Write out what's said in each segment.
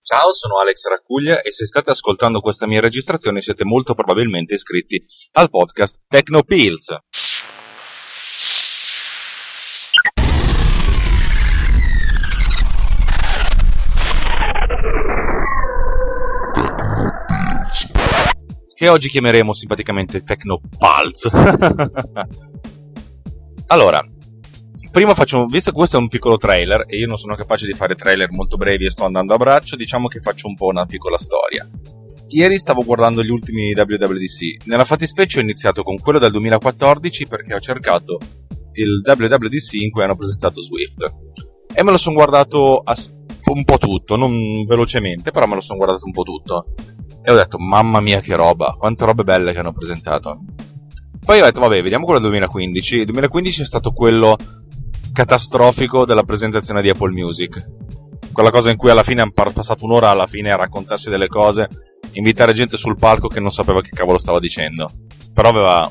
Ciao, sono Alex Raccuglia e se state ascoltando questa mia registrazione siete molto probabilmente iscritti al podcast Techno Pills. Che oggi chiameremo simpaticamente Techno Pulse. Allora, prima visto che questo è un piccolo trailer e io non sono capace di fare trailer molto brevi e sto andando a braccio, diciamo che faccio un po' una piccola storia. Ieri stavo guardando gli ultimi WWDC, nella fattispecie ho iniziato con quello del 2014 perché ho cercato il WWDC in cui hanno presentato Swift e me lo sono guardato un po' tutto, non velocemente, però me lo sono guardato un po' tutto e ho detto mamma mia che roba, quante robe belle che hanno presentato. Poi ho detto vabbè, vediamo quello del 2015. Il 2015 è stato quello catastrofico della presentazione di Apple Music, quella cosa in cui alla fine hanno passato un'ora alla fine a raccontarsi delle cose, invitare gente sul palco che non sapeva che cavolo stava dicendo, però aveva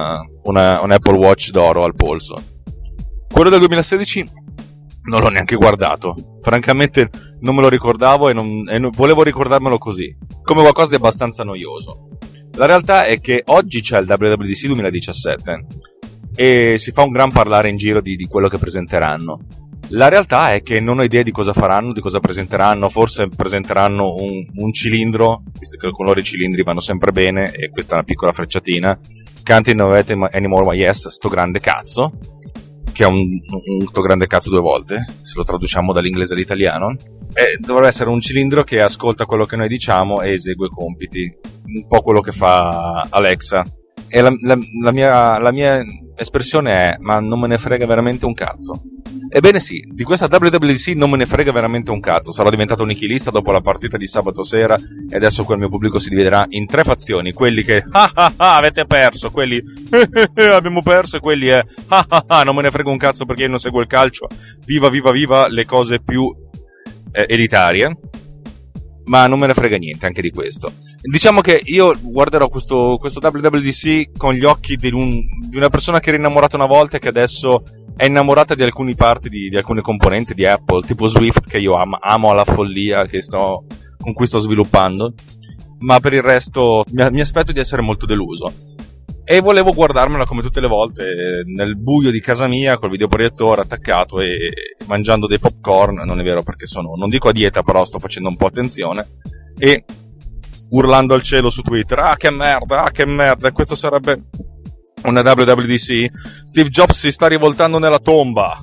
un Apple Watch d'oro al polso. Quello del 2016 non l'ho neanche guardato, francamente non me lo ricordavo e non volevo ricordarmelo così, come qualcosa di abbastanza noioso. La realtà è che oggi c'è il WWDC 2017 e si fa un gran parlare in giro di quello che presenteranno. La realtà è che non ho idea di cosa faranno, di cosa presenteranno. Forse presenteranno un cilindro, visto che con loro i cilindri vanno sempre bene, e questa è una piccola frecciatina. Can't innovate anymore my yes, sto grande cazzo, che è un sto grande cazzo due volte, se lo traduciamo dall'inglese all'italiano. E dovrebbe essere un cilindro che ascolta quello che noi diciamo e esegue compiti, un po' quello che fa Alexa. E la mia espressione è: ma non me ne frega veramente un cazzo. Ebbene sì, di questa WWDC non me ne frega veramente un cazzo. Sarò diventato un nichilista dopo la partita di sabato sera e adesso quel mio pubblico si dividerà in tre fazioni: quelli che avete perso, quelli abbiamo perso, e quelli non me ne frega un cazzo perché io non seguo il calcio, viva le cose più elitarie. Ma non me ne frega niente anche di questo. Diciamo che io guarderò questo WWDC con gli occhi di una persona che era innamorata una volta e che adesso è innamorata di alcune parti di alcune componenti di Apple, tipo Swift, che io amo alla follia, con cui sto sviluppando, ma per il resto mi aspetto di essere molto deluso. E volevo guardarmela come tutte le volte nel buio di casa mia col videoproiettore attaccato e mangiando dei popcorn. Non è vero, perché non dico a dieta, però sto facendo un po' attenzione, e urlando al cielo su Twitter: che merda, questo sarebbe una WWDC, Steve Jobs si sta rivoltando nella tomba.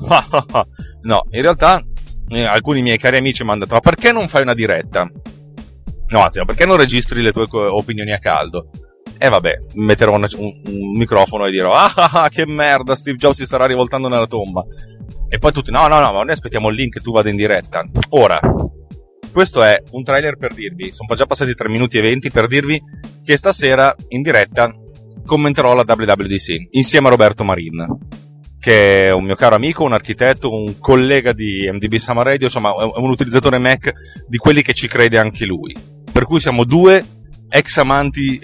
No, in realtà alcuni miei cari amici mi hanno detto: ma perché non fai una diretta? No, anzi, perché non registri le tue opinioni a caldo? E vabbè, metterò un microfono e dirò: che merda, Steve Jobs si starà rivoltando nella tomba. E poi tutti: no, ma noi aspettiamo il link e tu vada in diretta. Ora, questo è un trailer per dirvi, sono già passati 3 minuti e 20, per dirvi che stasera in diretta commenterò la WWDC insieme a Roberto Marin, che è un mio caro amico, un architetto, un collega di MDB Summer Radio, insomma è un utilizzatore Mac di quelli che ci crede anche lui. Per cui siamo due ex amanti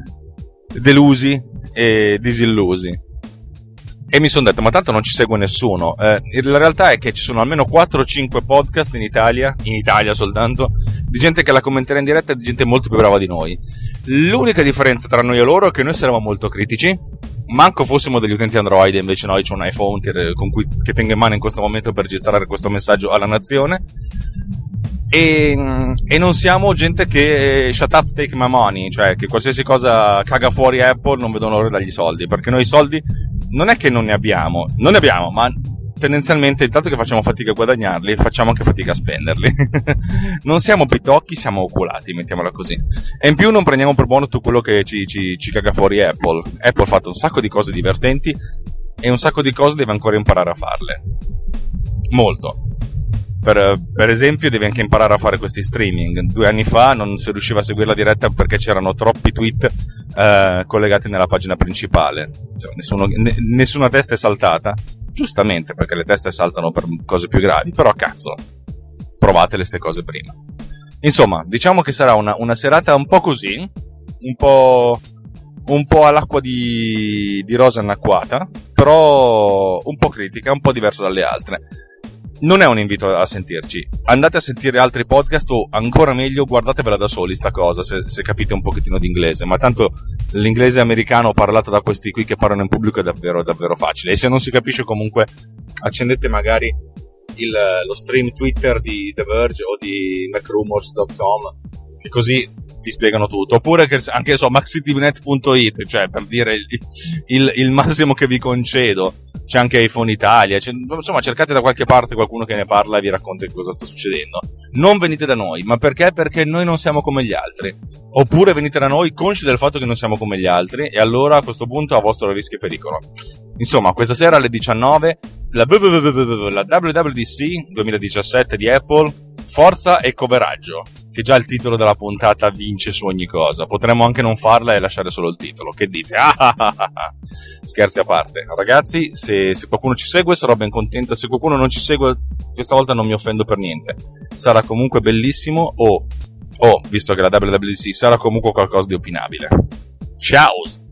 delusi e disillusi. E mi sono detto: ma tanto non ci segue nessuno. La realtà è che ci sono almeno 4-5 podcast in Italia soltanto, di gente che la commenterà in diretta e di gente molto più brava di noi. L'unica differenza tra noi e loro è che noi saremo molto critici, manco fossimo degli utenti Android, e invece noi c'ho un iPhone che tengo in mano in questo momento per registrare questo messaggio alla nazione. E non siamo gente che shut up, take my money, cioè che qualsiasi cosa caga fuori Apple non vedono l'ora dagli soldi, perché noi i soldi non è che non ne abbiamo, ma tendenzialmente intanto che facciamo fatica a guadagnarli, facciamo anche fatica a spenderli. Non siamo pitocchi, siamo oculati, mettiamola così. E in più non prendiamo per buono tutto quello che ci caga fuori Apple. Apple ha fatto un sacco di cose divertenti e un sacco di cose deve ancora imparare a farle. Molto. Per esempio deve anche imparare a fare questi streaming. 2 anni fa non si riusciva a seguire la diretta perché c'erano troppi tweet collegati nella pagina principale, cioè, nessuna testa è saltata, giustamente, perché le teste saltano per cose più gravi, però cazzo, provatele ste cose prima. Insomma, diciamo che sarà una serata un po' così, un po' all'acqua di rosa annacquata, però un po' critica, un po' diversa dalle altre. non è un invito a sentirci, andate a sentire altri podcast o ancora meglio guardatevela da soli sta cosa se capite un pochettino di inglese, ma tanto l'inglese americano parlato da questi qui che parlano in pubblico è davvero davvero facile, e se non si capisce comunque accendete magari lo stream Twitter di The Verge o di macrumors.com, che così ti spiegano tutto, oppure che anche maxitv.net.it, cioè per dire il massimo che vi concedo. C'è anche iPhone Italia, insomma cercate da qualche parte qualcuno che ne parla e vi racconta cosa sta succedendo. Non venite da noi, ma perché? Perché noi non siamo come gli altri, oppure venite da noi consci del fatto che non siamo come gli altri, e allora a questo punto a vostro rischio e pericolo. Insomma, questa sera alle 19 la WWDC 2017 di Apple, forza e coveraggio, che già il titolo della puntata vince su ogni cosa. Potremmo anche non farla e lasciare solo il titolo, che dite? Scherzi a parte, ragazzi, se qualcuno ci segue sarò ben contento, se qualcuno non ci segue questa volta non mi offendo per niente, sarà comunque bellissimo o visto che la WWDC sarà comunque qualcosa di opinabile. Ciao!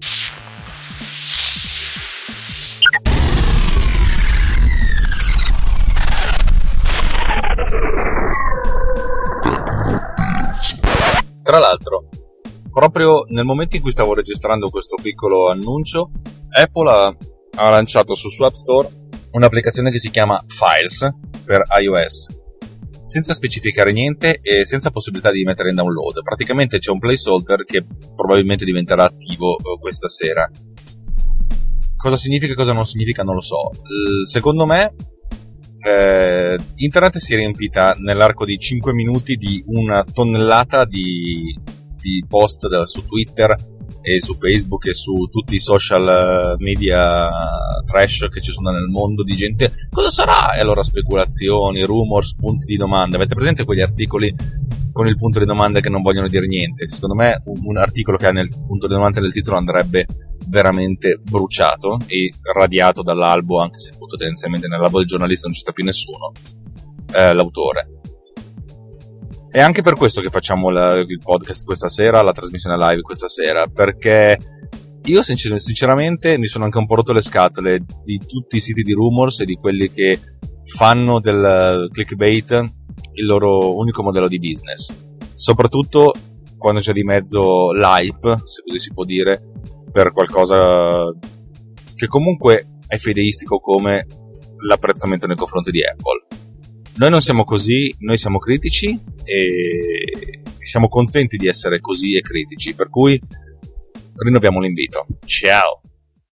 Tra l'altro, proprio nel momento in cui stavo registrando questo piccolo annuncio, Apple ha lanciato sul suo App Store un'applicazione che si chiama Files per iOS, senza specificare niente e senza possibilità di mettere in download. Praticamente c'è un placeholder che probabilmente diventerà attivo questa sera. Cosa significa e cosa non significa non lo so. Secondo me internet si è riempita nell'arco di 5 minuti di una tonnellata di post su Twitter e su Facebook e su tutti i social media trash che ci sono nel mondo, di gente cosa sarà, e allora speculazioni, rumors, punti di domanda. Avete presente quegli articoli con il punto di domanda che non vogliono dire niente? Secondo me un articolo che ha nel punto di domanda del titolo andrebbe veramente bruciato e radiato dall'albo, anche se potenzialmente nell'albo del giornalista non ci sta più nessuno, l'autore. È anche per questo che facciamo il podcast questa sera, la trasmissione live questa sera, perché io sinceramente mi sono anche un po' rotto le scatole di tutti i siti di rumors e di quelli che fanno del clickbait il loro unico modello di business, soprattutto quando c'è di mezzo l'hype, se così si può dire, per qualcosa che comunque è fideistico come l'apprezzamento nei confronti di Apple. Noi non siamo così, noi siamo critici e siamo contenti di essere così e critici, per cui rinnoviamo l'invito. Ciao!